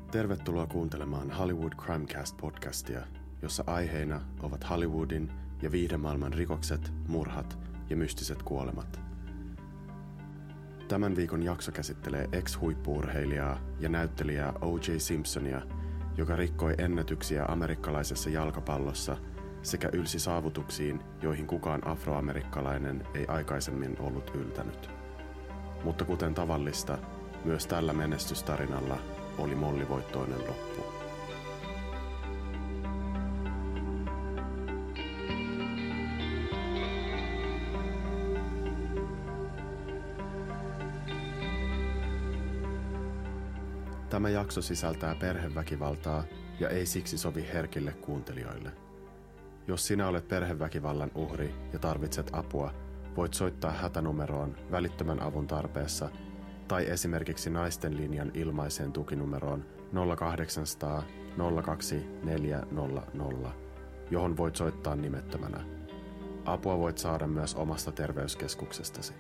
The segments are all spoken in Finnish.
Tervetuloa kuuntelemaan Hollywood Crimecast-podcastia, jossa aiheina ovat Hollywoodin ja viihdemaailman rikokset, murhat ja mystiset kuolemat. Tämän viikon jakso käsittelee ex-huippu-urheilijaa ja näyttelijää O.J. Simpsonia, joka rikkoi ennätyksiä amerikkalaisessa jalkapallossa sekä ylsi saavutuksiin, joihin kukaan afroamerikkalainen ei aikaisemmin ollut yltänyt. Mutta kuten tavallista, myös tällä menestystarinalla oli mollivoittoinen loppu. Tämä jakso sisältää perheväkivaltaa ja ei siksi sovi herkille kuuntelijoille. Jos sinä olet perheväkivallan uhri ja tarvitset apua, voit soittaa hätänumeroon välittömän avun tarpeessa tai esimerkiksi Naisten linjan ilmaiseen tukinumeroon 0800 02 400, johon voit soittaa nimettömänä. Apua voit saada myös omasta terveyskeskuksestasi.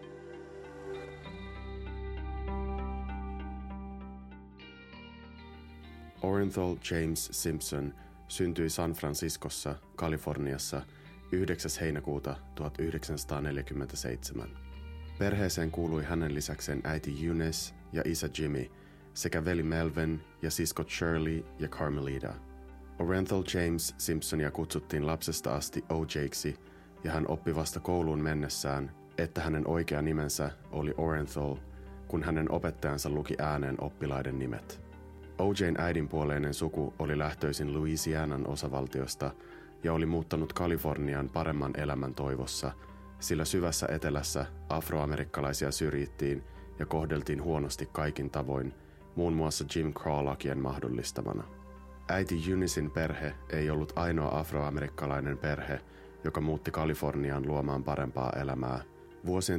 Orenthal James Simpson syntyi San Franciscossa, Kaliforniassa 9. heinäkuuta 1947. Perheeseen kuului hänen lisäkseen äiti Eunice ja isä Jimmy sekä veli Melvin ja siskot Shirley ja Carmelita. Orenthal James Simpsonia kutsuttiin lapsesta asti O.J.ksi ja hän oppi vasta kouluun mennessään, että hänen oikea nimensä oli Orenthal, kun hänen opettajansa luki ääneen oppilaiden nimet. O.J.n äidinpuoleinen suku oli lähtöisin Louisianan osavaltiosta ja oli muuttanut Kaliforniaan paremman elämän toivossa, sillä syvässä etelässä afroamerikkalaisia syrjittiin ja kohdeltiin huonosti kaikin tavoin, muun muassa Jim Crow-lakien mahdollistamana. Äiti Eunicein perhe ei ollut ainoa afroamerikkalainen perhe, joka muutti Kaliforniaan luomaan parempaa elämää. Vuosien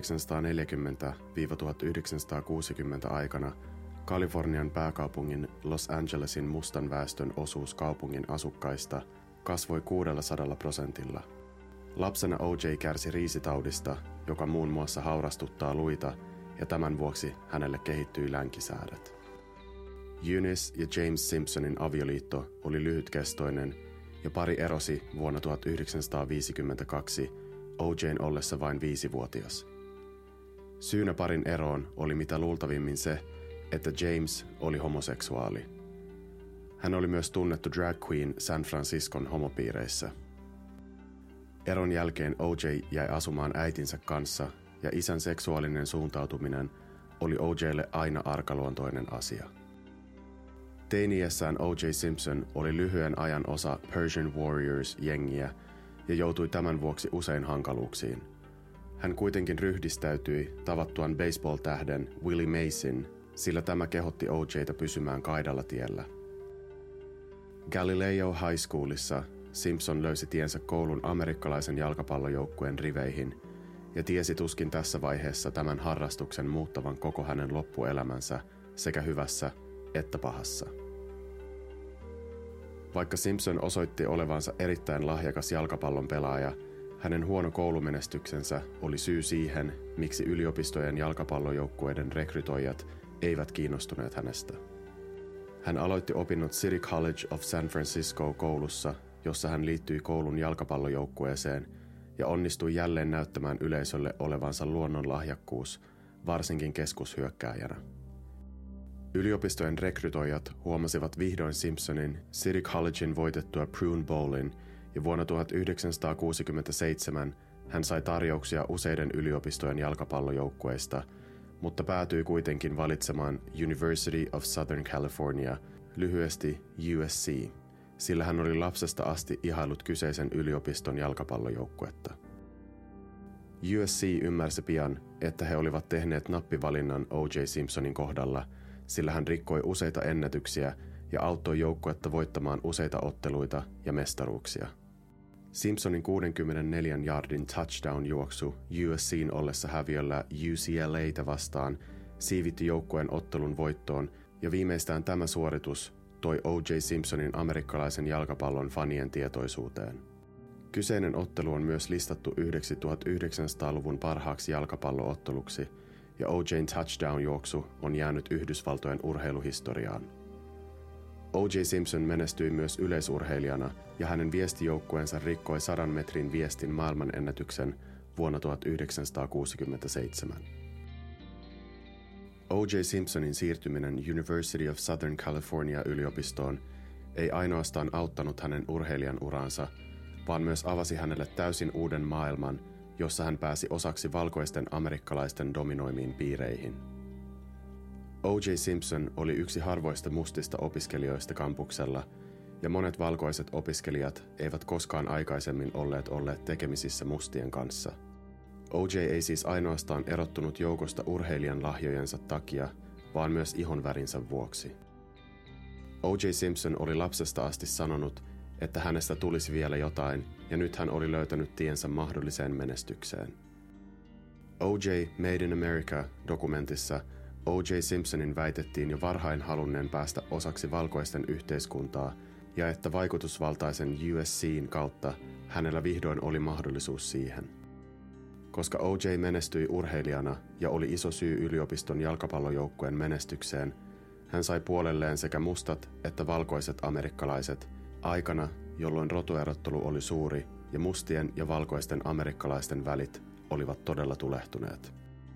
1940–1960 aikana Kalifornian pääkaupungin Los Angelesin mustan väestön osuus kaupungin asukkaista kasvoi 600%. Lapsena O.J. kärsi riisitaudista, joka muun muassa haurastuttaa luita, ja tämän vuoksi hänelle kehittyi länkisääret. Eunice ja James Simpsonin avioliitto oli lyhytkestoinen, ja pari erosi vuonna 1952 O.J.n ollessa vain 5-vuotias. Syynä parin eroon oli mitä luultavimmin se, että James oli homoseksuaali. Hän oli myös tunnettu drag queen San Franciscon homopiireissä. Eron jälkeen O.J. jäi asumaan äitinsä kanssa ja isän seksuaalinen suuntautuminen oli O.J.lle aina arkaluontoinen asia. Teini-iässään O.J. Simpson oli lyhyen ajan osa Persian Warriors-jengiä ja joutui tämän vuoksi usein hankaluuksiin. Hän kuitenkin ryhdistäytyi tavattuaan baseball-tähden Willie Mason, sillä tämä kehotti O.J.ta pysymään kaidalla tiellä. Galileo High Schoolissa Simpson löysi tiensä koulun amerikkalaisen jalkapallojoukkueen riveihin ja tiesi tuskin tässä vaiheessa tämän harrastuksen muuttavan koko hänen loppuelämänsä sekä hyvässä että pahassa. Vaikka Simpson osoitti olevansa erittäin lahjakas jalkapallon pelaaja, hänen huono koulumenestyksensä oli syy siihen, miksi yliopistojen jalkapallojoukkueiden rekrytoijat eivät kiinnostuneet hänestä. Hän aloitti opinnot City College of San Francisco koulussa, jossa hän liittyi koulun jalkapallojoukkueeseen ja onnistui jälleen näyttämään yleisölle olevansa luonnonlahjakkuus, varsinkin keskushyökkääjänä. Yliopistojen rekrytoijat huomasivat vihdoin Simpsonin City Collegein voitettua Prune Bowlin ja vuonna 1967 hän sai tarjouksia useiden yliopistojen jalkapallojoukkueista, mutta päätyi kuitenkin valitsemaan University of Southern California, lyhyesti USC, sillä hän oli lapsesta asti ihaillut kyseisen yliopiston jalkapallojoukkuetta. USC ymmärsi pian, että he olivat tehneet nappivalinnan O.J. Simpsonin kohdalla, sillä hän rikkoi useita ennätyksiä ja auttoi joukkuetta voittamaan useita otteluita ja mestaruuksia. Simpsonin 64 yardin touchdown-juoksu USC:n ollessa häviöllä UCLA:tä vastaan siivitti joukkueen ottelun voittoon ja viimeistään tämä suoritus toi O.J. Simpsonin amerikkalaisen jalkapallon fanien tietoisuuteen. Kyseinen ottelu on myös listattu yhdeksi 1900-luvun parhaaksi jalkapallootteluksi ja O.J.n touchdown-juoksu on jäänyt Yhdysvaltojen urheiluhistoriaan. O.J. Simpson menestyi myös yleisurheilijana ja hänen viestijoukkueensa rikkoi 100 metrin viestin maailmanennätyksen vuonna 1967. O.J. Simpsonin siirtyminen University of Southern California yliopistoon ei ainoastaan auttanut hänen urheilijan uransa, vaan myös avasi hänelle täysin uuden maailman, jossa hän pääsi osaksi valkoisten amerikkalaisten dominoimiin piireihin. O.J. Simpson oli yksi harvoista mustista opiskelijoista kampuksella, ja monet valkoiset opiskelijat eivät koskaan aikaisemmin olleet tekemisissä mustien kanssa. O.J. ei siis ainoastaan erottunut joukosta urheilijan lahjojensa takia, vaan myös ihonvärinsä vuoksi. O.J. Simpson oli lapsesta asti sanonut, että hänestä tulisi vielä jotain, ja nyt hän oli löytänyt tiensä mahdolliseen menestykseen. O.J. Made in America-dokumentissa O.J. Simpsonin väitettiin jo varhain halunneen päästä osaksi valkoisten yhteiskuntaa, ja että vaikutusvaltaisen USC:n kautta hänellä vihdoin oli mahdollisuus siihen. Koska O.J. menestyi urheilijana ja oli iso syy yliopiston jalkapallojoukkueen menestykseen, hän sai puolelleen sekä mustat että valkoiset amerikkalaiset aikana, jolloin rotuerottelu oli suuri ja mustien ja valkoisten amerikkalaisten välit olivat todella tulehtuneet.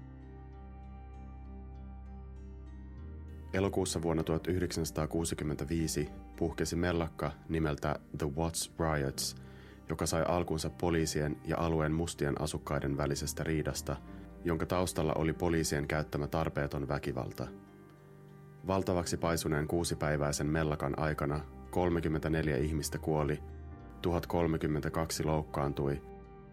Elokuussa vuonna 1965 puhkesi mellakka nimeltä The Watts Riots, joka sai alkunsa poliisien ja alueen mustien asukkaiden välisestä riidasta, jonka taustalla oli poliisien käyttämä tarpeeton väkivalta. Valtavaksi paisuneen 6-päiväisen mellakan aikana 34 ihmistä kuoli, 1032 loukkaantui,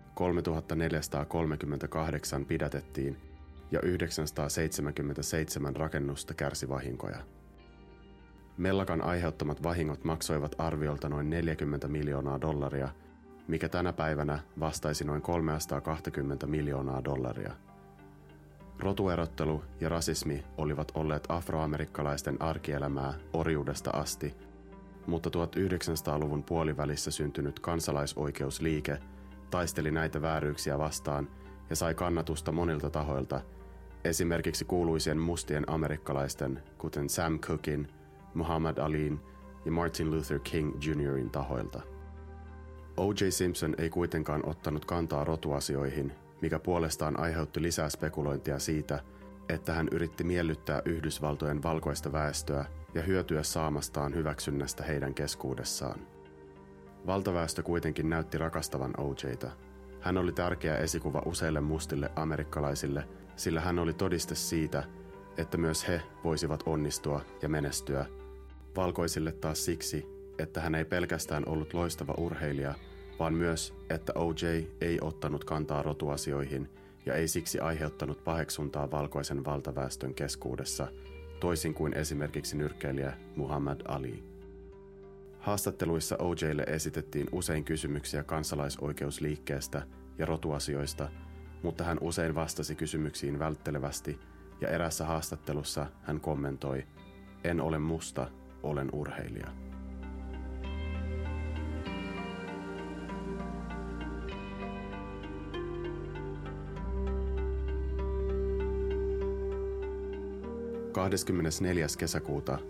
3438 pidätettiin ja 977 rakennusta kärsi vahinkoja. Mellakan aiheuttamat vahingot maksoivat arviolta noin $40 miljoonaa, mikä tänä päivänä vastaisi noin $320 miljoonaa. Rotuerottelu ja rasismi olivat olleet afroamerikkalaisten arkielämää orjuudesta asti, mutta 1900-luvun puolivälissä syntynyt kansalaisoikeusliike taisteli näitä vääryyksiä vastaan ja sai kannatusta monilta tahoilta, esimerkiksi kuuluisien mustien amerikkalaisten, kuten Sam Cooken, Muhammad Alin ja Martin Luther King Jr.'in tahoilta. O.J. Simpson ei kuitenkaan ottanut kantaa rotuasioihin, mikä puolestaan aiheutti lisää spekulointia siitä, että hän yritti miellyttää Yhdysvaltojen valkoista väestöä ja hyötyä saamastaan hyväksynnästä heidän keskuudessaan. Valtaväestö kuitenkin näytti rakastavan O.J.ta. Hän oli tärkeä esikuva useille mustille amerikkalaisille, sillä hän oli todiste siitä, että myös he voisivat onnistua ja menestyä. Valkoisille taas siksi, että hän ei pelkästään ollut loistava urheilija, vaan myös, että O.J. ei ottanut kantaa rotuasioihin ja ei siksi aiheuttanut paheksuntaa valkoisen valtaväestön keskuudessa, toisin kuin esimerkiksi nyrkkeilijä Muhammad Ali. Haastatteluissa O.J.lle esitettiin usein kysymyksiä kansalaisoikeusliikkeestä ja rotuasioista, mutta hän usein vastasi kysymyksiin välttelevästi ja eräässä haastattelussa hän kommentoi, "En ole musta, olen urheilija." kesäkuuta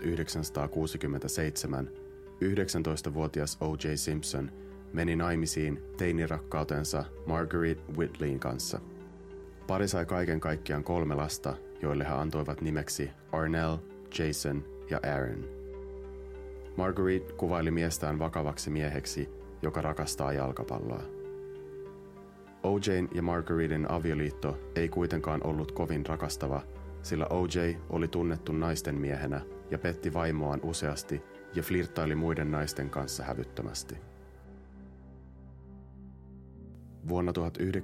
1967 19-vuotias O.J. Simpson meni naimisiin teinirakkautensa Marguerite Whitleyn kanssa. Pari sai kaiken kaikkiaan 3 lasta, joille he antoivat nimeksi Arnell, Jason ja Aaron. Marguerite kuvaili miestään vakavaksi mieheksi, joka rakastaa jalkapalloa. O.J.n ja Margueriten avioliitto ei kuitenkaan ollut kovin rakastava, sillä O.J. oli tunnettu naisten miehenä ja petti vaimoaan useasti ja flirttaili muiden naisten kanssa hävyttömästi. Vuonna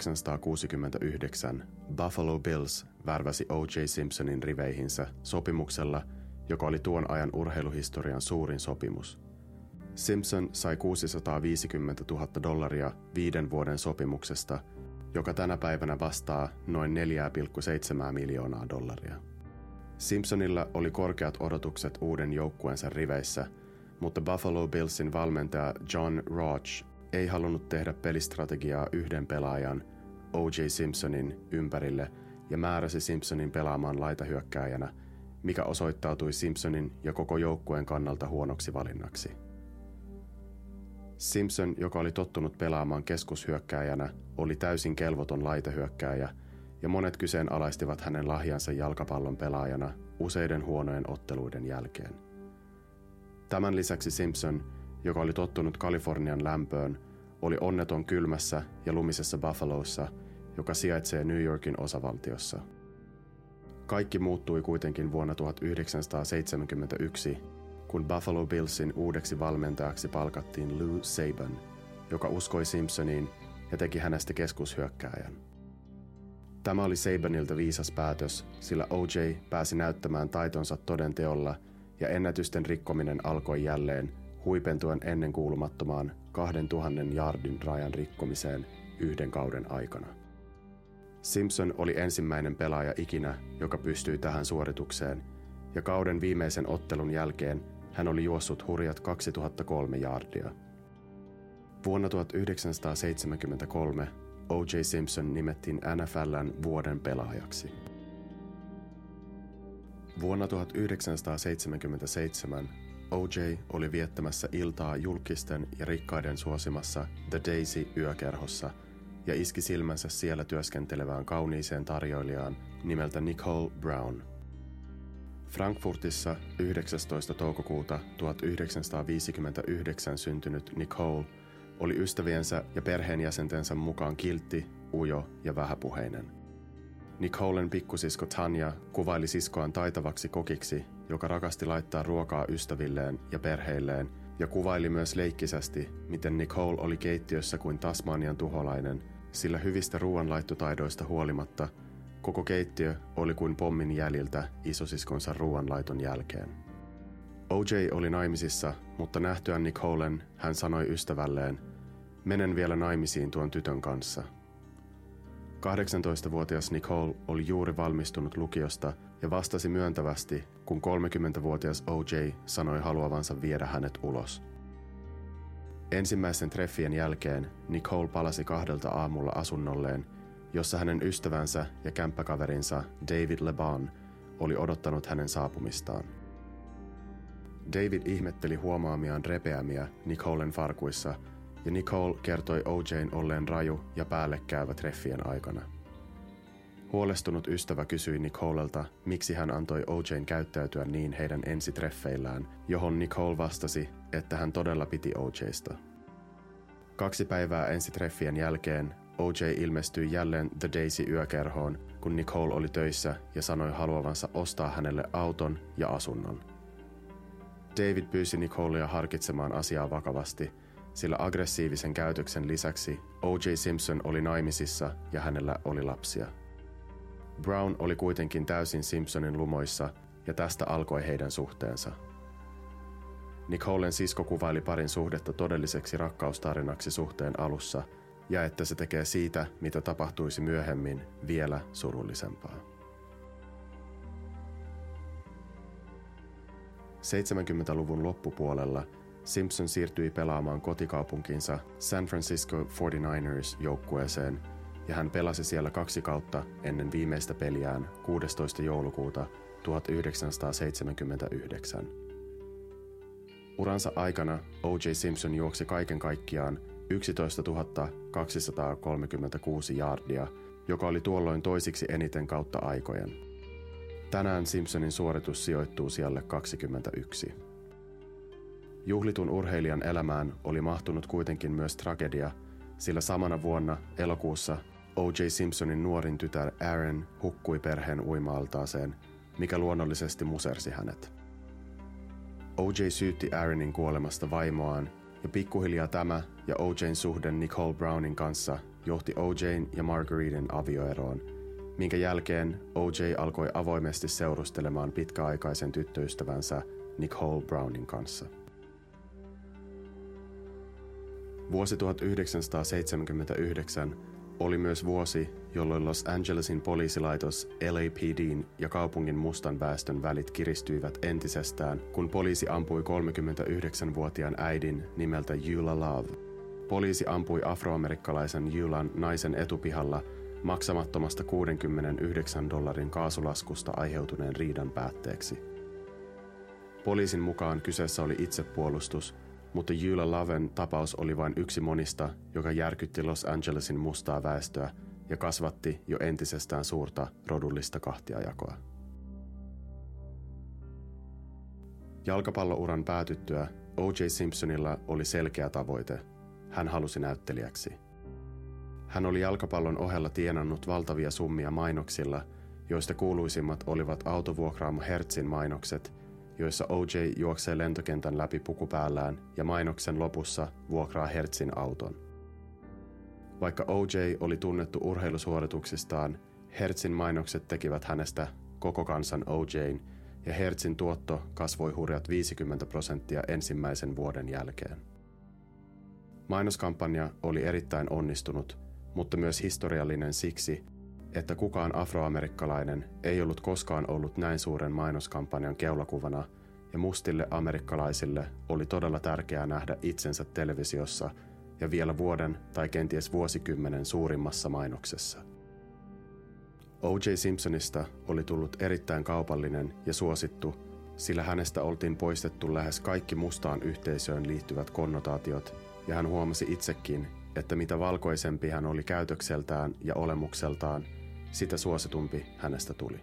1969 Buffalo Bills värväsi O.J. Simpsonin riveihinsä sopimuksella, joka oli tuon ajan urheiluhistorian suurin sopimus. Simpson sai $650,000 5 vuoden sopimuksesta, joka tänä päivänä vastaa noin $4,7 miljoonaa. Simpsonilla oli korkeat odotukset uuden joukkueensa riveissä, mutta Buffalo Billsin valmentaja John Roach ei halunnut tehdä pelistrategiaa yhden pelaajan, O.J. Simpsonin, ympärille ja määräsi Simpsonin pelaamaan laitahyökkääjänä, mikä osoittautui Simpsonin ja koko joukkueen kannalta huonoksi valinnaksi. Simpson, joka oli tottunut pelaamaan keskushyökkääjänä, oli täysin kelvoton laitahyökkääjä, ja monet kyseenalaistivat hänen lahjansa jalkapallon pelaajana useiden huonojen otteluiden jälkeen. Tämän lisäksi Simpson, joka oli tottunut Kalifornian lämpöön, oli onneton kylmässä ja lumisessa Buffalossa, joka sijaitsee New Yorkin osavaltiossa. Kaikki muuttui kuitenkin vuonna 1971, kun Buffalo Billsin uudeksi valmentajaksi palkattiin Lou Saban, joka uskoi Simpsoniin ja teki hänestä keskushyökkääjän. Tämä oli Sabanilta viisas päätös, sillä O.J. pääsi näyttämään taitonsa toden teolla ja ennätysten rikkominen alkoi jälleen huipentuen ennenkuulumattomaan 2000 yardin rajan rikkomiseen yhden kauden aikana. Simpson oli ensimmäinen pelaaja ikinä, joka pystyi tähän suoritukseen, ja kauden viimeisen ottelun jälkeen hän oli juossut hurjat 2003 yardia. Vuonna 1973 O.J. Simpson nimettiin NFL:n vuoden pelaajaksi. Vuonna 1977 O.J. oli viettämässä iltaa julkisten ja rikkaiden suosimassa The Daisy-yökerhossa ja iski silmänsä siellä työskentelevään kauniiseen tarjoilijaan nimeltä Nicole Brown. Frankfurtissa 19. toukokuuta 1959 syntynyt Nicole oli ystäviensä ja perheenjäsentensä mukaan kiltti, ujo ja vähäpuheinen. Nicolen pikkusisko Tanya kuvaili siskoaan taitavaksi kokiksi, joka rakasti laittaa ruokaa ystävilleen ja perheilleen, ja kuvaili myös leikkisästi, miten Nicole oli keittiössä kuin Tasmanian tuholainen, sillä hyvistä ruoanlaittotaidoista huolimatta koko keittiö oli kuin pommin jäljiltä isosiskonsa ruoanlaiton jälkeen. O.J. oli naimisissa, mutta nähtyään Nicolen hän sanoi ystävälleen, "Menen vielä naimisiin tuon tytön kanssa." 18-vuotias Nicole oli juuri valmistunut lukiosta ja vastasi myöntävästi, kun 30-vuotias O.J. sanoi haluavansa viedä hänet ulos. Ensimmäisen treffien jälkeen Nicole palasi 2 aamulla asunnolleen, jossa hänen ystävänsä ja kämppäkaverinsa David LeBon oli odottanut hänen saapumistaan. David ihmetteli huomaamiaan repeämiä Nicolen farkuissa, ja Nicole kertoi O.J.n olleen raju ja päällekkäyvä treffien aikana. Huolestunut ystävä kysyi Nicolelta, miksi hän antoi O.J.n käyttäytyä niin heidän ensitreffeillään, johon Nicole vastasi, että hän todella piti O.J.sta. 2 päivää ensitreffien jälkeen O.J. ilmestyi jälleen The Daisy-yökerhoon, kun Nicole oli töissä ja sanoi haluavansa ostaa hänelle auton ja asunnon. David pyysi Nicolea harkitsemaan asiaa vakavasti, sillä aggressiivisen käytöksen lisäksi O.J. Simpson oli naimisissa ja hänellä oli lapsia. Brown oli kuitenkin täysin Simpsonin lumoissa ja tästä alkoi heidän suhteensa. Nicolen sisko kuvaili parin suhdetta todelliseksi rakkaustarinaksi suhteen alussa ja että se tekee siitä, mitä tapahtuisi myöhemmin, vielä surullisempaa. 70-luvun loppupuolella Simpson siirtyi pelaamaan kotikaupunkinsa San Francisco 49ers-joukkueeseen ja hän pelasi siellä 2 kautta ennen viimeistä peliään 16. joulukuuta 1979. Uransa aikana O.J. Simpson juoksi kaiken kaikkiaan 11 236 yardia, joka oli tuolloin toisiksi eniten kautta aikojen. Tänään Simpsonin suoritus sijoittuu sijalle 21. Juhlitun urheilijan elämään oli mahtunut kuitenkin myös tragedia, sillä samana vuonna elokuussa O.J. Simpsonin nuorin tytär Aaron hukkui perheen uima-altaaseen, mikä luonnollisesti musersi hänet. O.J. syytti Aaronin kuolemasta vaimoaan, ja pikkuhiljaa tämä ja O.J.n suhde Nicole Brownin kanssa johti O.J.n ja Margueriten avioeroon, minkä jälkeen O.J. alkoi avoimesti seurustelemaan pitkäaikaisen tyttöystävänsä Nicole Brownin kanssa. Vuosi 1979 oli myös vuosi, jolloin Los Angelesin poliisilaitos LAPD:n ja kaupungin mustan väestön välit kiristyivät entisestään, kun poliisi ampui 39-vuotiaan äidin nimeltä Eula Love. Poliisi ampui afroamerikkalaisen Eulan naisen etupihalla maksamattomasta $69 kaasulaskusta aiheutuneen riidan päätteeksi. Poliisin mukaan kyseessä oli itsepuolustus, mutta Eula Loven tapaus oli vain yksi monista, joka järkytti Los Angelesin mustaa väestöä ja kasvatti jo entisestään suurta rodullista kahtiajakoa. Jalkapallouran päätyttyä O.J. Simpsonilla oli selkeä tavoite. Hän halusi näyttelijäksi. Hän oli jalkapallon ohella tienannut valtavia summia mainoksilla, joista kuuluisimmat olivat autovuokraamo Hertzin mainokset, joissa O.J. juoksee lentokentän läpi puku päällään ja mainoksen lopussa vuokraa Hertzin auton. Vaikka O.J. oli tunnettu urheilusuorituksistaan, Hertzin mainokset tekivät hänestä koko kansan O.J.n ja Hertzin tuotto kasvoi hurjat 50% ensimmäisen vuoden jälkeen. Mainoskampanja oli erittäin onnistunut, mutta myös historiallinen siksi, että kukaan afroamerikkalainen ei ollut koskaan ollut näin suuren mainoskampanjan keulakuvana, ja mustille amerikkalaisille oli todella tärkeää nähdä itsensä televisiossa ja vielä vuoden tai kenties vuosikymmenen suurimmassa mainoksessa. O.J. Simpsonista oli tullut erittäin kaupallinen ja suosittu, sillä hänestä oltiin poistettu lähes kaikki mustaan yhteisöön liittyvät konnotaatiot, ja hän huomasi itsekin, että mitä valkoisempi hän oli käytökseltään ja olemukseltaan, sitä suositumpi hänestä tuli.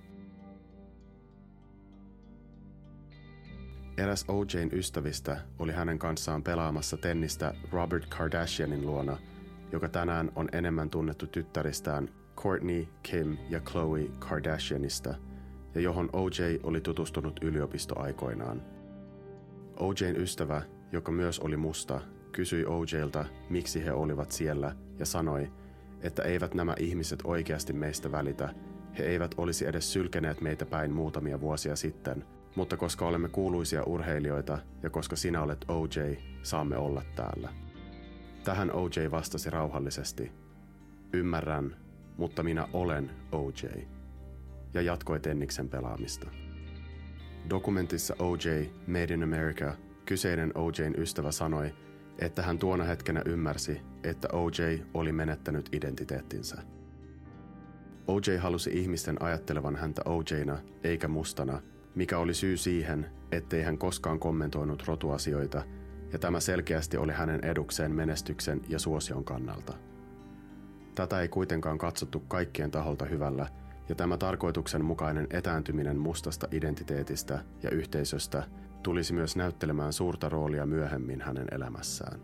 Eräs O.J.n ystävistä oli hänen kanssaan pelaamassa tennistä Robert Kardashianin luona, joka tänään on enemmän tunnettu tyttäristään Kourtney, Kim ja Khloe Kardashianista, ja johon O.J. oli tutustunut yliopistoaikoinaan. O.J.n ystävä, joka myös oli musta, kysyi O.J.lta, miksi he olivat siellä, ja sanoi, että eivät nämä ihmiset oikeasti meistä välitä, he eivät olisi edes sylkeneet meitä päin muutamia vuosia sitten, mutta koska olemme kuuluisia urheilijoita ja koska sinä olet O.J., saamme olla täällä. Tähän O.J. vastasi rauhallisesti, ymmärrän, mutta minä olen O.J., ja jatkoi tenniksen pelaamista. Dokumentissa O.J. Made in America kyseinen O.J.n ystävä sanoi, että hän tuona hetkenä ymmärsi, että O.J. oli menettänyt identiteettinsä. O.J. halusi ihmisten ajattelevan häntä O.J.na eikä mustana, mikä oli syy siihen, ettei hän koskaan kommentoinut rotuasioita, ja tämä selkeästi oli hänen edukseen menestyksen ja suosion kannalta. Tätä ei kuitenkaan katsottu kaikkien taholta hyvällä, ja tämä tarkoituksenmukainen etääntyminen mustasta identiteetistä ja yhteisöstä tulisi myös näyttelemään suurta roolia myöhemmin hänen elämässään.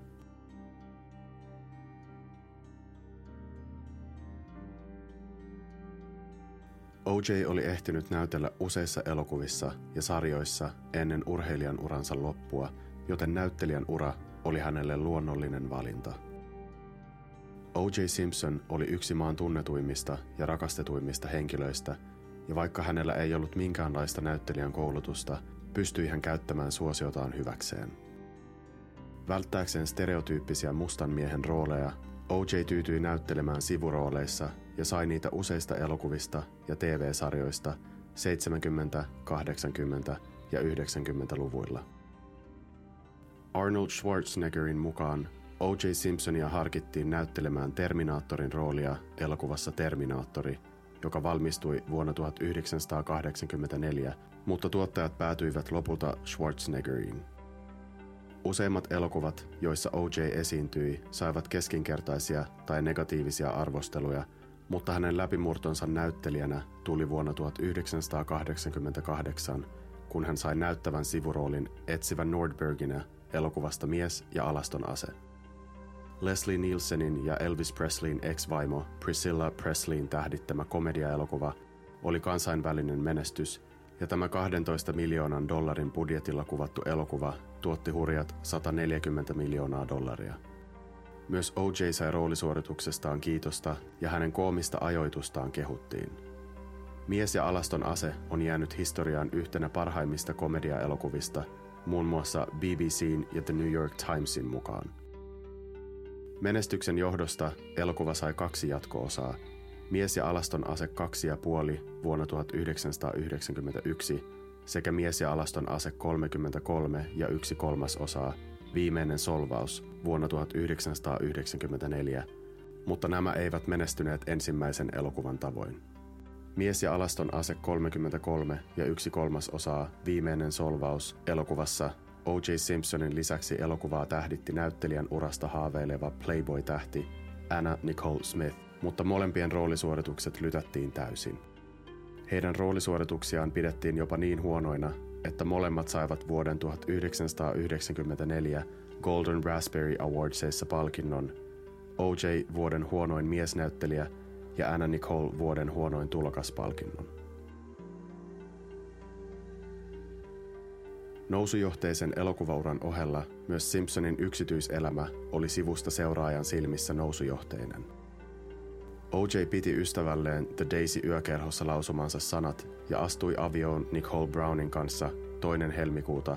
O.J. oli ehtinyt näytellä useissa elokuvissa ja sarjoissa ennen urheilijan uransa loppua, joten näyttelijän ura oli hänelle luonnollinen valinta. O.J. Simpson oli yksi maan tunnetuimmista ja rakastetuimmista henkilöistä, ja vaikka hänellä ei ollut minkäänlaista näyttelijän koulutusta, pystyi hän käyttämään suosiotaan hyväkseen. Välttääkseen stereotyyppisiä mustan miehen rooleja, O.J. tyytyi näyttelemään sivurooleissa ja sai niitä useista elokuvista ja TV-sarjoista 70-, 80- ja 90-luvuilla. Arnold Schwarzeneggerin mukaan O.J. Simpsonia harkittiin näyttelemään Terminaattorin roolia elokuvassa Terminaattori, joka valmistui vuonna 1984, mutta tuottajat päätyivät lopulta Schwarzeneggeriin. Useimmat elokuvat, joissa O.J. esiintyi, saivat keskinkertaisia tai negatiivisia arvosteluja, mutta hänen läpimurtonsa näyttelijänä tuli vuonna 1988, kun hän sai näyttävän sivuroolin etsivä Nordberginä elokuvasta Mies ja alaston ase. Leslie Nielsenin ja Elvis Presleyn ex-vaimo Priscilla Presleyn tähdittämä komediaelokuva oli kansainvälinen menestys, ja tämä $12 miljoonan budjetilla kuvattu elokuva tuotti hurjat $140 miljoonaa. Myös O.J. sai roolisuorituksestaan kiitosta ja hänen koomista ajoitustaan kehuttiin. Mies ja alaston ase on jäänyt historiaan yhtenä parhaimmista komediaelokuvista, muun muassa BBC:n ja The New York Timesin mukaan. Menestyksen johdosta elokuva sai 2 jatko-osaa, Mies ja alaston ase 2,5 vuonna 1991 sekä Mies ja alaston ase 33 ja 1/3 Viimeinen solvaus vuonna 1994, mutta nämä eivät menestyneet ensimmäisen elokuvan tavoin. Mies ja alaston ase 33 ja 1/3 viimeinen solvaus elokuvassa O.J. Simpsonin lisäksi elokuvaa tähditti näyttelijän urasta haaveileva Playboy-tähti Anna Nicole Smith, mutta molempien roolisuoritukset lytättiin täysin. Heidän roolisuorituksiaan pidettiin jopa niin huonoina, että molemmat saivat vuoden 1994 Golden Raspberry Awardsissa palkinnon, O.J. vuoden huonoin miesnäyttelijä ja Anna Nicole vuoden huonoin tulokaspalkinnon. Nousujohteisen elokuvauran ohella myös Simpsonin yksityiselämä oli sivusta seuraajan silmissä nousujohteinen. O.J. piti ystävälleen The Daisy-yökerhossa lausumansa sanat ja astui avioon Nicole Brownin kanssa 2. helmikuuta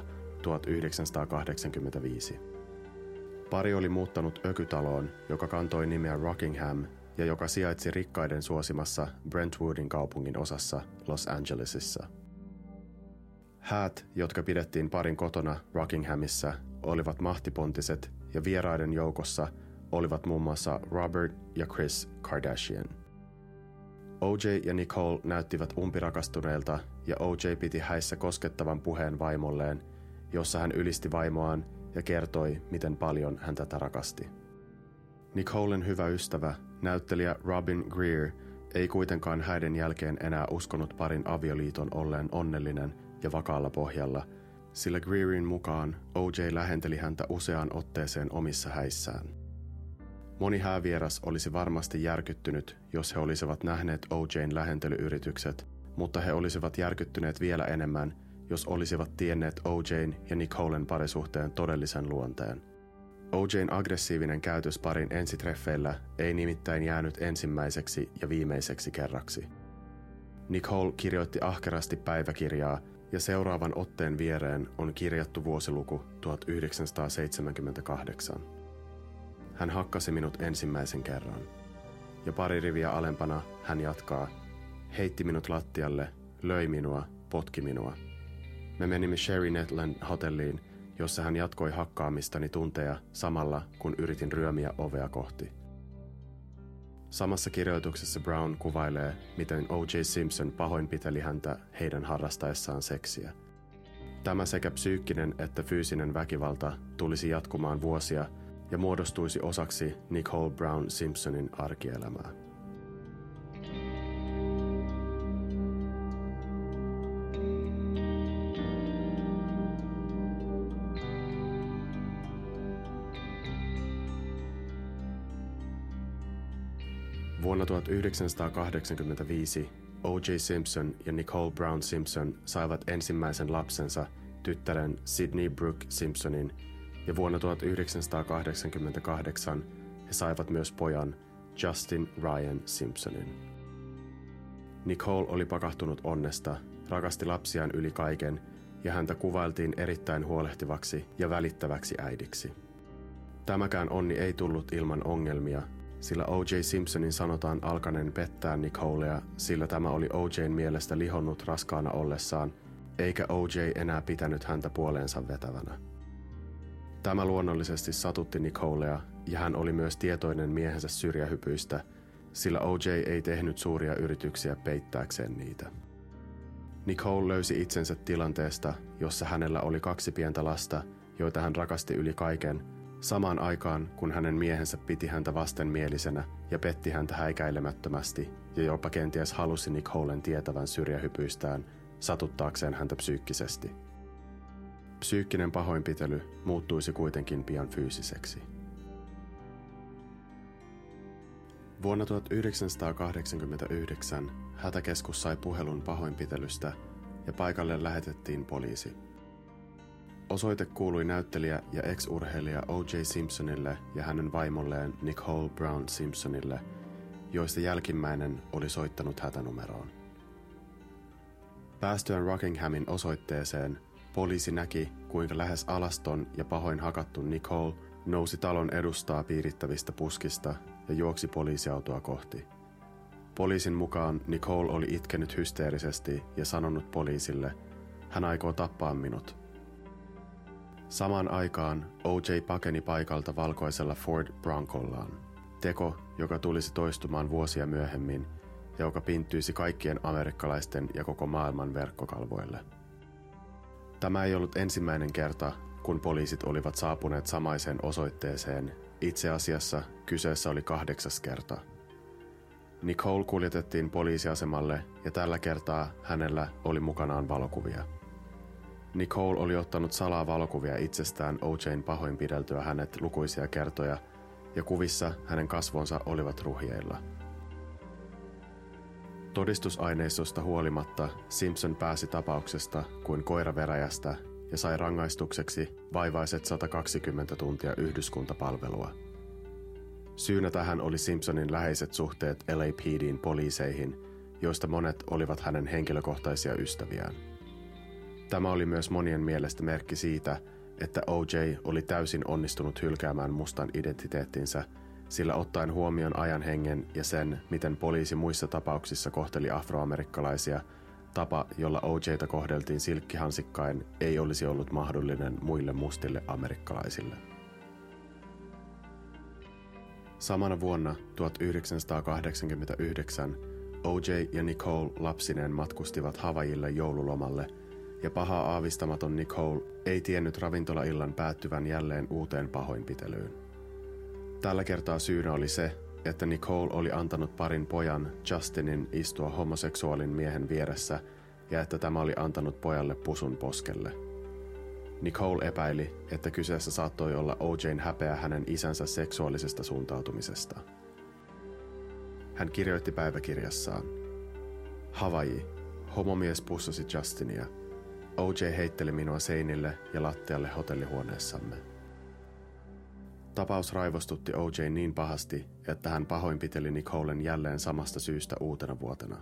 1985. Pari oli muuttanut ökytaloon, joka kantoi nimeä Rockingham ja joka sijaitsi rikkaiden suosimassa Brentwoodin kaupungin osassa Los Angelesissa. Häät, jotka pidettiin parin kotona Rockinghamissa, olivat mahtipontiset ja vieraiden joukossa olivat muun muassa Robert ja Kris Kardashian. O.J. ja Nicole näyttivät umpirakastuneilta ja O.J. piti häissä koskettavan puheen vaimolleen, jossa hän ylisti vaimoaan ja kertoi, miten paljon hän tätä rakasti. Nicolen hyvä ystävä, näyttelijä Robin Greer, ei kuitenkaan häiden jälkeen enää uskonut parin avioliiton olleen onnellinen ja vakaalla pohjalla, sillä Greerin mukaan O.J. lähenteli häntä useaan otteeseen omissa häissään. Moni häävieras olisi varmasti järkyttynyt, jos he olisivat nähneet O.J.n lähentelyyritykset, mutta he olisivat järkyttyneet vielä enemmän, jos olisivat tienneet O.J.n ja Nicolen parisuhteen todellisen luonteen. O.J.n aggressiivinen käytös parin ensitreffeillä ei nimittäin jäänyt ensimmäiseksi ja viimeiseksi kerraksi. Nicole kirjoitti ahkerasti päiväkirjaa ja seuraavan otteen viereen on kirjattu vuosiluku 1978. Hän hakkasi minut ensimmäisen kerran. Ja pari riviä alempana hän jatkaa, heitti minut lattialle, löi minua, potki minua. Me menimme Sherry Netland hotelliin, jossa hän jatkoi hakkaamistani tunteja samalla, kun yritin ryömiä ovea kohti. Samassa kirjoituksessa Brown kuvailee, miten O.J. Simpson pahoinpiteli häntä heidän harrastaessaan seksiä. Tämä sekä psyykkinen että fyysinen väkivalta tulisi jatkumaan vuosia ja muodostuisi osaksi Nicole Brown Simpsonin arkielämää. Vuonna 1985 O.J. Simpson ja Nicole Brown Simpson saivat ensimmäisen lapsensa, tyttären Sydney Brooke Simpsonin, ja vuonna 1988 he saivat myös pojan Justin Ryan Simpsonin. Nicole oli pakahtunut onnesta, rakasti lapsiaan yli kaiken ja häntä kuvailtiin erittäin huolehtivaksi ja välittäväksi äidiksi. Tämäkään onni ei tullut ilman ongelmia, sillä O.J. Simpsonin sanotaan alkaneen pettää Nicolea, sillä tämä oli O.J.n mielestä lihonnut raskaana ollessaan, eikä O.J. enää pitänyt häntä puoleensa vetävänä. Tämä luonnollisesti satutti Nicolea, ja hän oli myös tietoinen miehensä syrjähypyistä, sillä O.J. ei tehnyt suuria yrityksiä peittääkseen niitä. Nicole löysi itsensä tilanteesta, jossa hänellä oli 2 pientä lasta, joita hän rakasti yli kaiken, samaan aikaan kun hänen miehensä piti häntä vastenmielisenä ja petti häntä häikäilemättömästi ja jopa kenties halusi Nicolen tietävän syrjähypyistään satuttaakseen häntä psyykkisesti. Psyykkinen pahoinpitely muuttuisi kuitenkin pian fyysiseksi. Vuonna 1989 hätäkeskus sai puhelun pahoinpitelystä ja paikalle lähetettiin poliisi. Osoite kuului näyttelijä ja ex-urheilija O.J. Simpsonille ja hänen vaimolleen Nicole Brown Simpsonille, joista jälkimmäinen oli soittanut hätänumeroon. Päästyään Rockinghamin osoitteeseen, poliisi näki, kuinka lähes alaston ja pahoin hakattu Nicole nousi talon edustaa piirittävistä puskista ja juoksi poliisiautoa kohti. Poliisin mukaan Nicole oli itkenyt hysteerisesti ja sanonut poliisille, hän aikoo tappaa minut. Samaan aikaan O.J. pakeni paikalta valkoisella Ford Broncollaan. Teko, joka tulisi toistumaan vuosia myöhemmin ja joka pinttyisi kaikkien amerikkalaisten ja koko maailman verkkokalvoille. Tämä ei ollut ensimmäinen kerta, kun poliisit olivat saapuneet samaiseen osoitteeseen. Itse asiassa kyseessä oli 8. kerta. Nicole kuljetettiin poliisiasemalle ja tällä kertaa hänellä oli mukanaan valokuvia. Nicole oli ottanut salaa valokuvia itsestään OJ:n pahoinpideltyä hänet lukuisia kertoja ja kuvissa hänen kasvonsa olivat ruhjeilla. Todistusaineistosta huolimatta Simpson pääsi tapauksesta kuin koira veräjästä ja sai rangaistukseksi vaivaiset 120 tuntia yhdyskuntapalvelua. Syynä tähän oli Simpsonin läheiset suhteet LAPD:n poliiseihin, joista monet olivat hänen henkilökohtaisia ystäviään. Tämä oli myös monien mielestä merkki siitä, että OJ oli täysin onnistunut hylkäämään mustan identiteettinsä, sillä ottaen huomioon ajan hengen ja sen, miten poliisi muissa tapauksissa kohteli afroamerikkalaisia, tapa, jolla OJ:ta kohdeltiin silkkihansikkain, ei olisi ollut mahdollinen muille mustille amerikkalaisille. Samana vuonna 1989 OJ ja Nicole lapsineen matkustivat Havaijille joululomalle, ja pahaa aavistamaton Nicole ei tiennyt ravintolaillan päättyvän jälleen uuteen pahoinpitelyyn. Tällä kertaa syynä oli se, että Nicole oli antanut parin pojan, Justinin, istua homoseksuaalin miehen vieressä ja että tämä oli antanut pojalle pusun poskelle. Nicole epäili, että kyseessä saattoi olla OJ:n häpeä hänen isänsä seksuaalisesta suuntautumisesta. Hän kirjoitti päiväkirjassaan: Havaiji, homomies pussasi Justinia. OJ heitteli minua seinille ja lattialle hotellihuoneessamme. Tapaus raivostutti OJ niin pahasti, että hän pahoinpiteli Nicolen jälleen samasta syystä uutena vuotena.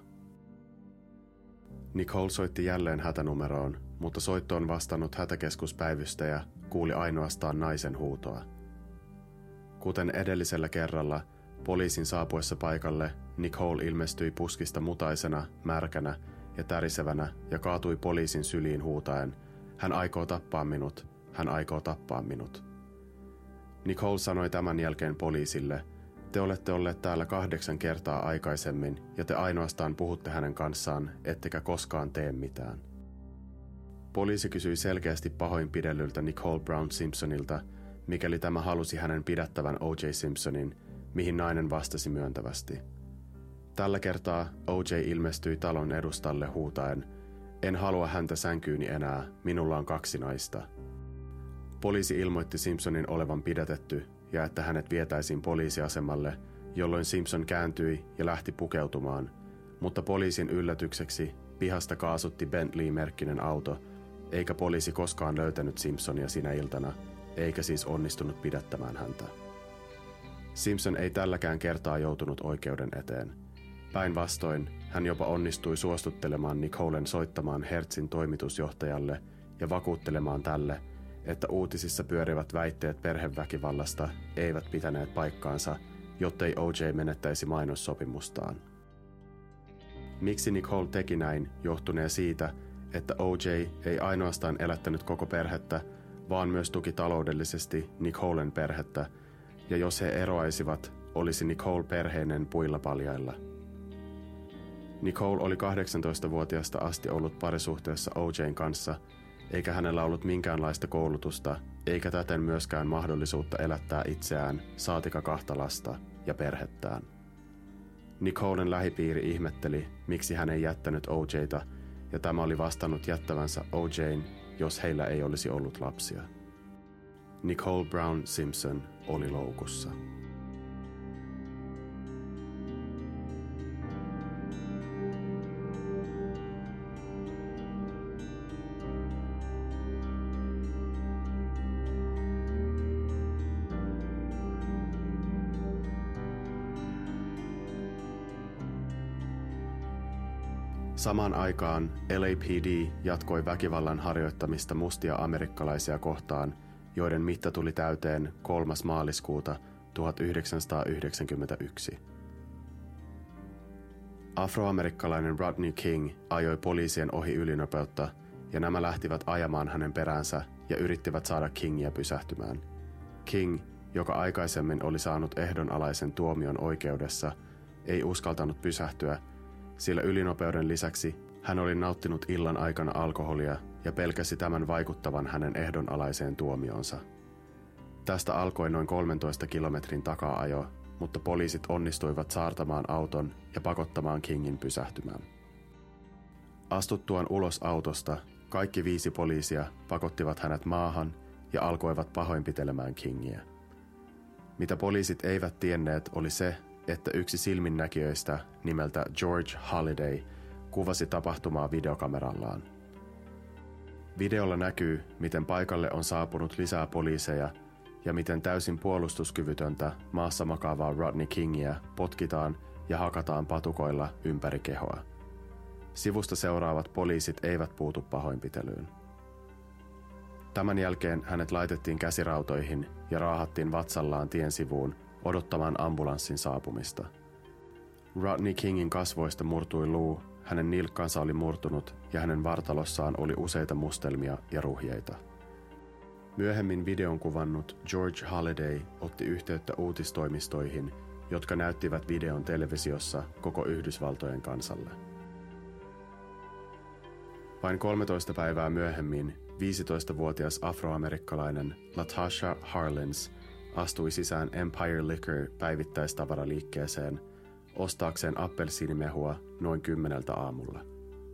Nicole soitti jälleen hätänumeroon, mutta soittoon vastannut hätäkeskuspäivystäjä kuuli ainoastaan naisen huutoa. Kuten edellisellä kerralla, poliisin saapuessa paikalle Nicole ilmestyi puskista mutaisena, märkänä ja tärisevänä ja kaatui poliisin syliin huutaen: "Hän aikoo tappaa minut, hän aikoo tappaa minut." Nicole sanoi tämän jälkeen poliisille: "Te olette olleet täällä 8 kertaa aikaisemmin ja te ainoastaan puhutte hänen kanssaan, ettekä koskaan tee mitään." Poliisi kysyi selkeästi pahoinpidellyltä Nicole Brown Simpsonilta, mikäli tämä halusi hänen pidättävän O.J. Simpsonin, mihin nainen vastasi myöntävästi. Tällä kertaa O.J. ilmestyi talon edustalle huutaen: "En halua häntä sänkyyni enää, minulla on 2 naista." Poliisi ilmoitti Simpsonin olevan pidätetty ja että hänet vietäisiin poliisiasemalle, jolloin Simpson kääntyi ja lähti pukeutumaan, mutta poliisin yllätykseksi pihasta kaasutti Bentley-merkkinen auto, eikä poliisi koskaan löytänyt Simpsonia sinä iltana, eikä siis onnistunut pidättämään häntä. Simpson ei tälläkään kertaa joutunut oikeuden eteen. Päinvastoin hän jopa onnistui suostuttelemaan Nicolen soittamaan Hertzin toimitusjohtajalle ja vakuuttelemaan tälle, että uutisissa pyörivät väitteet perheväkivallasta eivät pitäneet paikkaansa, jottei O.J. menettäisi mainossopimustaan. Miksi Nicole teki näin, johtunee siitä, että O.J. ei ainoastaan elättänyt koko perhettä, vaan myös tuki taloudellisesti Nicolen perhettä, ja jos he eroaisivat, olisi Nicole perheinen puilla paljailla. Nicole oli 18-vuotiaasta asti ollut parisuhteessa O.J.n kanssa, eikä hänellä ollut minkäänlaista koulutusta, eikä täten myöskään mahdollisuutta elättää itseään, saatika 2 lasta ja perhettään. Nicolen lähipiiri ihmetteli, miksi hän ei jättänyt O.J.ta, ja tämä oli vastannut jättävänsä O.J.n, jos heillä ei olisi ollut lapsia. Nicole Brown Simpson oli loukussa. Samaan aikaan LAPD jatkoi väkivallan harjoittamista mustia amerikkalaisia kohtaan, joiden mitta tuli täyteen 3. maaliskuuta 1991. Afroamerikkalainen Rodney King ajoi poliisien ohi ylinopeutta, ja nämä lähtivät ajamaan hänen peräänsä ja yrittivät saada Kingia pysähtymään. King, joka aikaisemmin oli saanut ehdonalaisen tuomion oikeudessa, ei uskaltanut pysähtyä, sillä ylinopeuden lisäksi hän oli nauttinut illan aikana alkoholia ja pelkäsi tämän vaikuttavan hänen ehdonalaiseen tuomionsa. Tästä alkoi noin 13 kilometrin takaa-ajo, mutta poliisit onnistuivat saartamaan auton ja pakottamaan Kingin pysähtymään. Astuttuaan ulos autosta, kaikki 5 poliisia pakottivat hänet maahan ja alkoivat pahoinpitelemään Kingiä. Mitä poliisit eivät tienneet oli se, että yksi silminnäkijöistä nimeltä George Holiday kuvasi tapahtumaa videokamerallaan. Videolla näkyy, miten paikalle on saapunut lisää poliiseja ja miten täysin puolustuskyvytöntä maassa makaavaa Rodney Kingiä potkitaan ja hakataan patukoilla ympäri kehoa. Sivusta seuraavat poliisit eivät puutu pahoinpitelyyn. Tämän jälkeen hänet laitettiin käsirautoihin ja raahattiin vatsallaan tien sivuun odottamaan ambulanssin saapumista. Rodney Kingin kasvoista murtui luu, hänen nilkkansa oli murtunut ja hänen vartalossaan oli useita mustelmia ja ruhjeita. Myöhemmin videon kuvannut George Holiday otti yhteyttä uutistoimistoihin, jotka näyttivät videon televisiossa koko Yhdysvaltojen kansalle. Vain 13 päivää myöhemmin 15-vuotias afroamerikkalainen Latasha Harlins astui sisään Empire Liquor päivittäistavaraliikkeeseen ostaakseen appelsiinimehua noin 10 aamulla.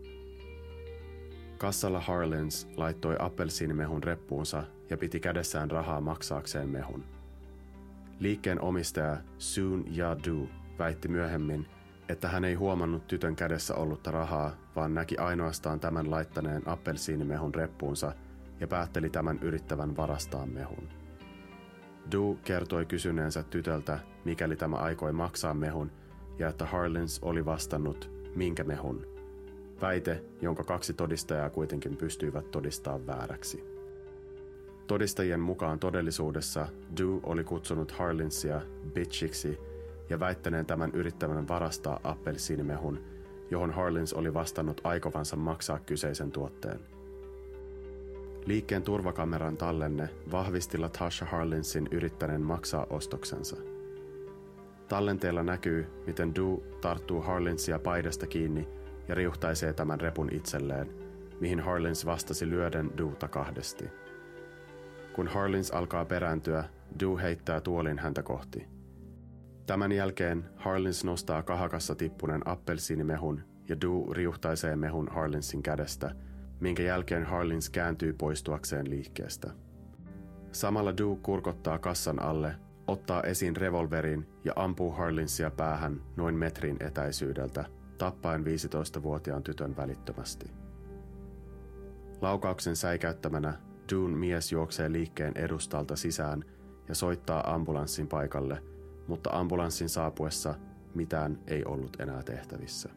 Kassalla Harlins laittoi appelsiinimehun reppuunsa ja piti kädessään rahaa maksaakseen mehun. Liikkeen omistaja Soon Ja-du väitti myöhemmin, että hän ei huomannut tytön kädessä ollutta rahaa, vaan näki ainoastaan tämän laittaneen appelsiinimehun reppuunsa ja päätteli tämän yrittävän varastaa mehun. Du kertoi kysyneensä tytöltä, mikäli tämä aikoi maksaa mehun, ja että Harlins oli vastannut, minkä mehun. Väite, jonka 2 todistajaa kuitenkin pystyivät todistamaan vääräksi. Todistajien mukaan todellisuudessa Du oli kutsunut Harlinsia bitchiksi ja väittäneen tämän yrittävän varastaa appelsiinimehun, johon Harlins oli vastannut aikovansa maksaa kyseisen tuotteen. Liikkeen turvakameran tallenne vahvisti Latasha Harlinsin yrittäneen maksaa ostoksensa. Tallenteella näkyy, miten Du tarttuu Harlinsia paidasta kiinni ja riuhtaisee tämän repun itselleen, mihin Harlins vastasi lyöden Duta 2. Kun Harlins alkaa perääntyä, Du heittää tuolin häntä kohti. Tämän jälkeen Harlins nostaa kahakassa tippuneen appelsiinimehun ja Du riuhtaisee mehun Harlinsin kädestä, minkä jälkeen Harlins kääntyy poistuakseen liikkeestä. Samalla Du kurkottaa kassan alle, ottaa esiin revolverin ja ampuu Harlinsia päähän noin metrin etäisyydeltä, tappaen 15-vuotiaan tytön välittömästi. Laukauksen säikäyttämänä Dun mies juoksee liikkeen edustalta sisään ja soittaa ambulanssin paikalle, mutta ambulanssin saapuessa mitään ei ollut enää tehtävissä.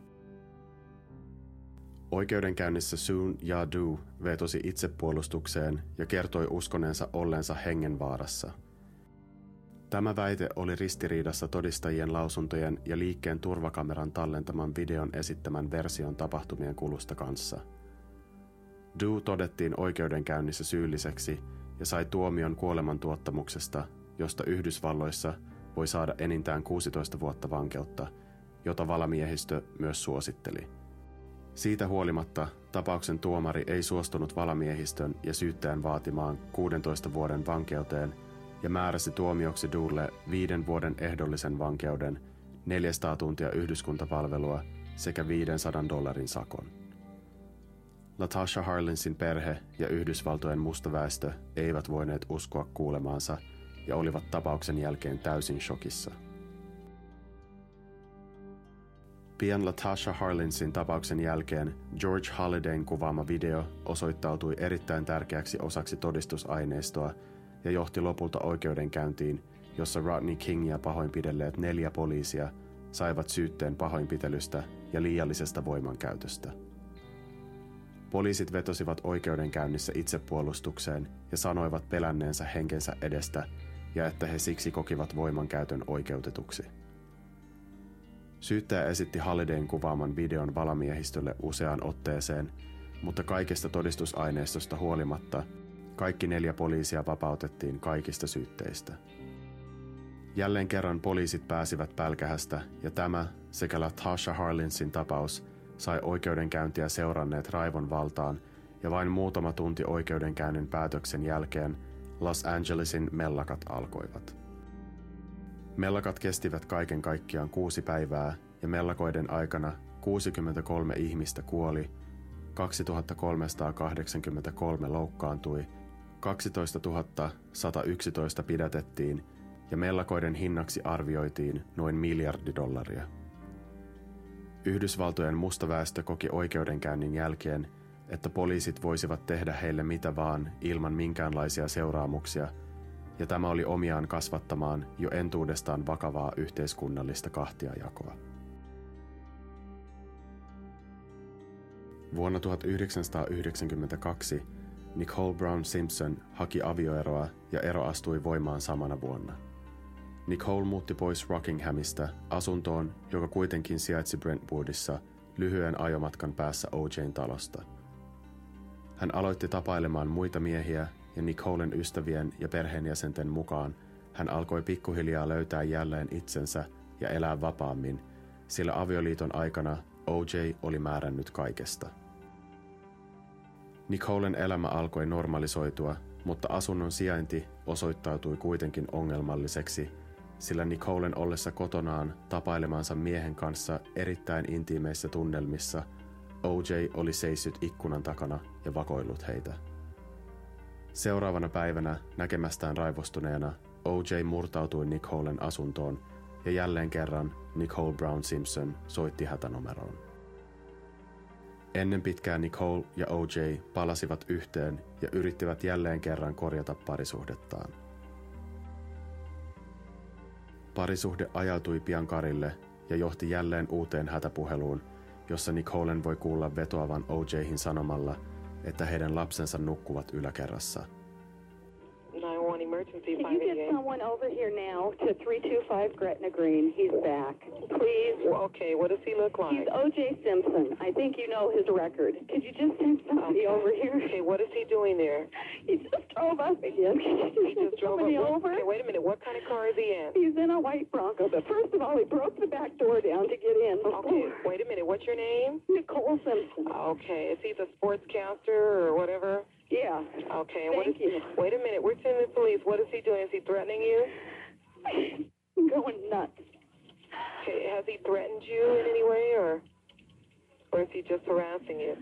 Oikeudenkäynnissä Soon Ja-du vetosi itsepuolustukseen ja kertoi uskoneensa olleensa hengenvaarassa. Tämä väite oli ristiriidassa todistajien lausuntojen ja liikkeen turvakameran tallentaman videon esittämän version tapahtumien kulusta kanssa. Du todettiin oikeudenkäynnissä syylliseksi ja sai tuomion kuolemantuottamuksesta, josta Yhdysvalloissa voi saada enintään 16 vuotta vankeutta, jota valamiehistö myös suositteli. Siitä huolimatta tapauksen tuomari ei suostunut valamiehistön ja syyttäjän vaatimaan 16 vuoden vankeuteen ja määräsi tuomioksi Dulle 5 vuoden ehdollisen vankeuden, 400 tuntia yhdyskuntapalvelua sekä $500 sakon. Latasha Harlinsin perhe ja Yhdysvaltojen musta väestö eivät voineet uskoa kuulemaansa ja olivat tapauksen jälkeen täysin shokissa. Pian Latasha Harlinsin tapauksen jälkeen George Holidayn kuvaama video osoittautui erittäin tärkeäksi osaksi todistusaineistoa ja johti lopulta oikeudenkäyntiin, jossa Rodney Kingia pahoinpidelleet 4 poliisia saivat syytteen pahoinpitelystä ja liiallisesta voimankäytöstä. Poliisit vetosivat oikeudenkäynnissä itsepuolustukseen ja sanoivat pelänneensä henkensä edestä ja että he siksi kokivat voimankäytön oikeutetuksi. Syyttäjä esitti Holidayn kuvaaman videon valamiehistölle useaan otteeseen, mutta kaikesta todistusaineistosta huolimatta kaikki 4 poliisia vapautettiin kaikista syytteistä. Jälleen kerran poliisit pääsivät pälkähästä ja tämä sekä LaTasha Harlinsin tapaus sai oikeudenkäyntiä seuranneet raivon valtaan ja vain muutama tunti oikeudenkäynnin päätöksen jälkeen Los Angelesin mellakat alkoivat. Mellakat kestivät kaiken kaikkiaan 6 päivää ja mellakoiden aikana 63 ihmistä kuoli, 2383 loukkaantui, 12 111 pidätettiin ja mellakoiden hinnaksi arvioitiin noin $1 miljardi. Yhdysvaltojen musta väestö koki oikeudenkäynnin jälkeen, että poliisit voisivat tehdä heille mitä vaan ilman minkäänlaisia seuraamuksia, ja tämä oli omiaan kasvattamaan jo entuudestaan vakavaa yhteiskunnallista kahtiajakoa. Vuonna 1992 Nicole Brown Simpson haki avioeroa ja ero astui voimaan samana vuonna. Nicole muutti pois Rockinghamista asuntoon, joka kuitenkin sijaitsi Brentwoodissa lyhyen ajomatkan päässä OJ:n talosta. Hän aloitti tapailemaan muita miehiä ja Nicolen ystävien ja perheenjäsenten mukaan hän alkoi pikkuhiljaa löytää jälleen itsensä ja elää vapaammin, sillä avioliiton aikana OJ oli määrännyt kaikesta. Nicolen elämä alkoi normalisoitua, mutta asunnon sijainti osoittautui kuitenkin ongelmalliseksi, sillä Nicolen ollessa kotonaan tapailemansa miehen kanssa erittäin intiimeissä tunnelmissa OJ oli seissyt ikkunan takana ja vakoillut heitä. Seuraavana päivänä näkemästään raivostuneena OJ murtautui Nicolen asuntoon ja jälleen kerran Nicole Brown Simpson soitti hätänumeroon. Ennen pitkää Nicole ja OJ palasivat yhteen ja yrittivät jälleen kerran korjata parisuhdettaan. Parisuhde ajautui pian karille ja johti jälleen uuteen hätäpuheluun, jossa Nicolen voi kuulla vetoavan OJ:hin sanomalla, että heidän lapsensa nukkuvat yläkerrassa. Emergency. Can you get someone over here now to 325 Gretna Green? He's back. Please. Okay, what does he look like? He's O.J. Simpson. I think you know his record. Could you just send somebody over here? Okay, what is he doing there? He just drove up again. He just drove somebody up. over? Okay, wait a minute. What kind of car is he in? He's in a white Bronco, but first of all, he broke the back door down to get in. Okay, wait a minute. What's your name? Nicole Simpson. Okay, is he the sportscaster or whatever? Yeah. Okay, Thank you. Wait a minute. We're sending the police. What is he doing? Is he threatening you? I'm going nuts. Okay, has he threatened you in any way, or is he just harassing you?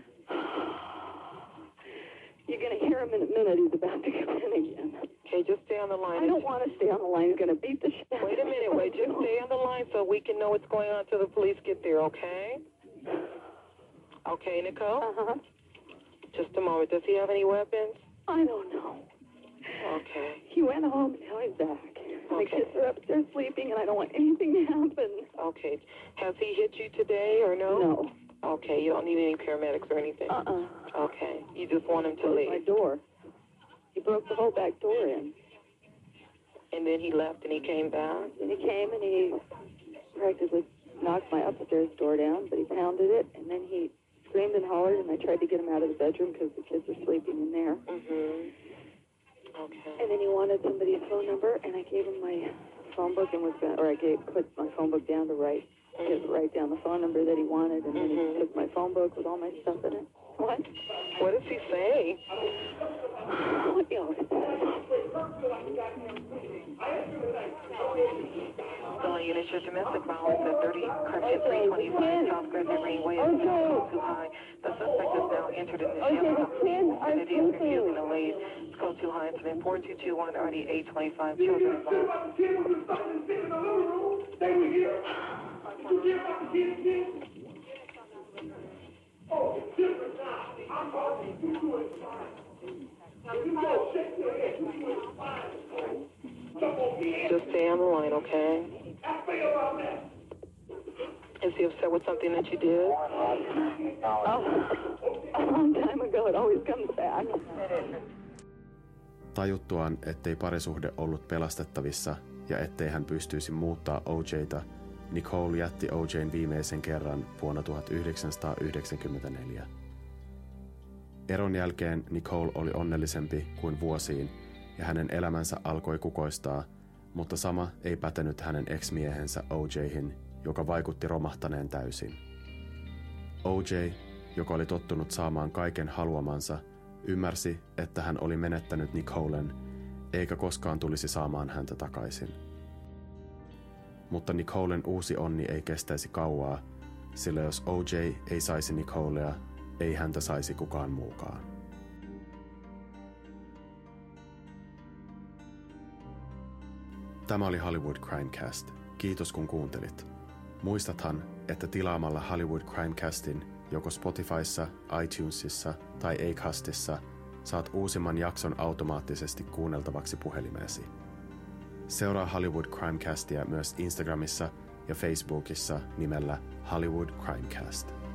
You're going to hear him in a minute. He's about to come in again. Okay, just stay on the line. I don't want to stay on the line. He's going to beat the shit. Wait a minute. Wait, just stay on the line so we can know what's going on until the police get there, okay? Okay, Nicole? Uh-huh. Just a moment. Does he have any weapons? I don't know. Okay. He went home, now he's back. The kids are upstairs sleeping, and I don't want anything to happen. Okay. Has he hit you today or no? No. Okay, you don't need any paramedics or anything? Okay. You just want him to leave? My door. He broke the whole back door in. And then he left and he came back? And he came and he practically knocked my upstairs door down, but he pounded it, and then he screamed and hollered, and I tried to get him out of the bedroom because the kids were sleeping in there. Mm-hmm. Okay. And then he wanted somebody's phone number, and I gave him my phone book and put my phone book down to write down the phone number that he wanted, and then he took my phone book with all my stuff in it. What? What does he say? Calling units for domestic violence at 30 Correction 325 South Gretna Greenway is too high. The suspect is now entered in the jail and it is refusing to leave. It's code too high. Incident 4221 RD 825 children involved. Just stay on the line, okay? Is he upset with something that you did? A long time ago, it always comes back. Tajuttuaan, ettei parisuhde ollut pelastettavissa ja ettei hän pystyisi muuttaa OJ:ta, Nicole jätti OJ:n viimeisen kerran vuonna 1994. Eron jälkeen Nicole oli onnellisempi kuin vuosiin ja hänen elämänsä alkoi kukoistaa, mutta sama ei pätenyt hänen ex-miehensä OJ:hin, joka vaikutti romahtaneen täysin. OJ, joka oli tottunut saamaan kaiken haluamansa, ymmärsi, että hän oli menettänyt Nicolen, eikä koskaan tulisi saamaan häntä takaisin. Mutta Nicolen uusi onni ei kestäisi kauaa, sillä jos OJ ei saisi Nicolea, ei häntä saisi kukaan muukaan. Tämä oli Hollywood Crimecast. Kiitos kun kuuntelit. Muistathan, että tilaamalla Hollywood Crimecastin joko Spotifyssa, iTunesissa tai Acastissa saat uusimman jakson automaattisesti kuunneltavaksi puhelimeesi. Seuraa Hollywood Crimecastia myös Instagramissa ja Facebookissa nimellä Hollywood Crimecast.